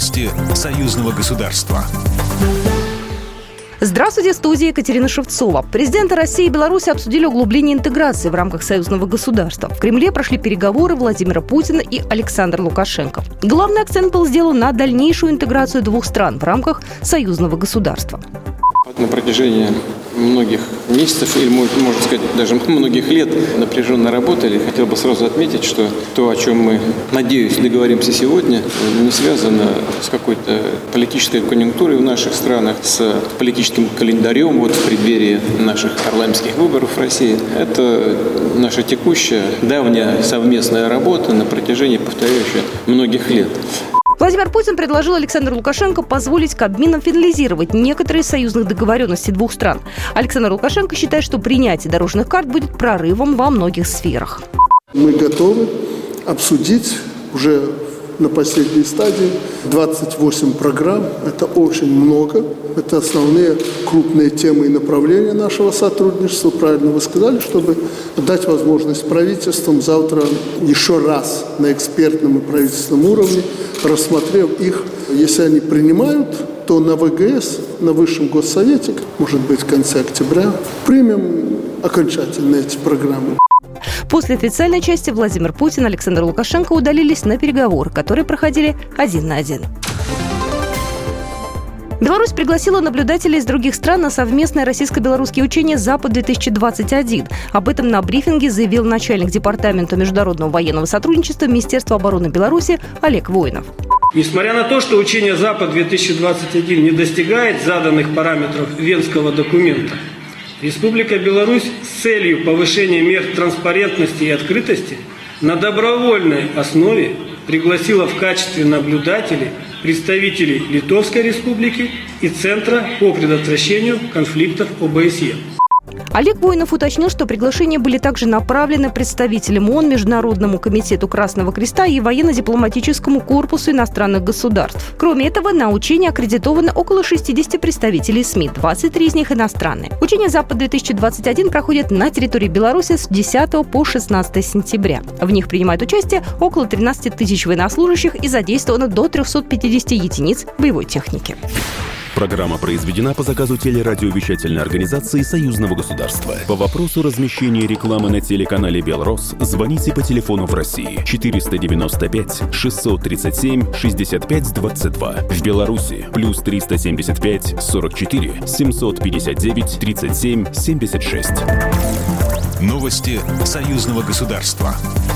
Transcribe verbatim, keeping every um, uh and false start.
Новости союзного государства. Здравствуйте, в студии Екатерина Шевцова. Президенты России и Беларуси обсудили углубление интеграции в рамках союзного государства. В Кремле прошли переговоры Владимира Путина и Александра Лукашенко. Главный акцент был сделан на дальнейшую интеграцию двух стран в рамках союзного государства. На протяжении многих месяцев, или, можно сказать, даже многих лет напряженно работали. Хотел бы сразу отметить, что то, о чем мы, надеюсь, договоримся сегодня, не связано с какой-то политической конъюнктурой в наших странах, с политическим календарем вот, в преддверии наших парламентских выборов в России. Это наша текущая, давняя совместная работа на протяжении, повторяю, многих лет. Владимир Путин предложил Александру Лукашенко позволить Кабминам финализировать некоторые союзных договоренности двух стран. Александр Лукашенко считает, что принятие дорожных карт будет прорывом во многих сферах. Мы готовы обсудить уже на последней стадии двадцать восемь программ. Это очень много. Это основные крупные темы и направления нашего сотрудничества. Правильно вы сказали, чтобы дать возможность правительствам завтра еще раз на экспертном и правительственном уровне, рассмотрев их, если они принимают, то на вэ гэ эс, на Высшем Госсовете, может быть, в конце октября, примем окончательно эти программы. После официальной части Владимир Путин и Александр Лукашенко удалились на переговоры, которые проходили один на один. Беларусь пригласила наблюдателей из других стран на совместное российско-белорусские учения «Запад-две тысячи двадцать один». Об этом на брифинге заявил начальник департамента международного военного сотрудничества Министерства обороны Беларуси Олег Воинов. Несмотря на то, что учение «Запад-две тысячи двадцать один» не достигает заданных параметров Венского документа, Республика Беларусь с целью повышения мер транспарентности и открытости на добровольной основе пригласила в качестве наблюдателей представителей Литовской Республики и Центра по предотвращению конфликтов о бэ эс е. Олег Воинов уточнил, что приглашения были также направлены представителям ООН, Международному комитету Красного Креста и военно-дипломатическому корпусу иностранных государств. Кроме этого, на учения аккредитовано около шестидесяти представителей СМИ, двадцать три из них иностранные. Учения «Запад-две тысячи двадцать один» проходят на территории Беларуси с десятого по шестнадцатое сентября. В них принимают участие около тринадцати тысяч военнослужащих и задействовано до трехсот пятидесяти единиц боевой техники. Программа произведена по заказу телерадиовещательной организации союзного государства. По вопросу размещения рекламы на телеканале «Белрос» звоните по телефону в России четыреста девяносто пять шестьсот тридцать семь шестьдесят пять двадцать два. В Беларуси плюс триста семьдесят пять сорок четыре семьсот пятьдесят девять тридцать семь семьдесят шесть. Новости союзного государства.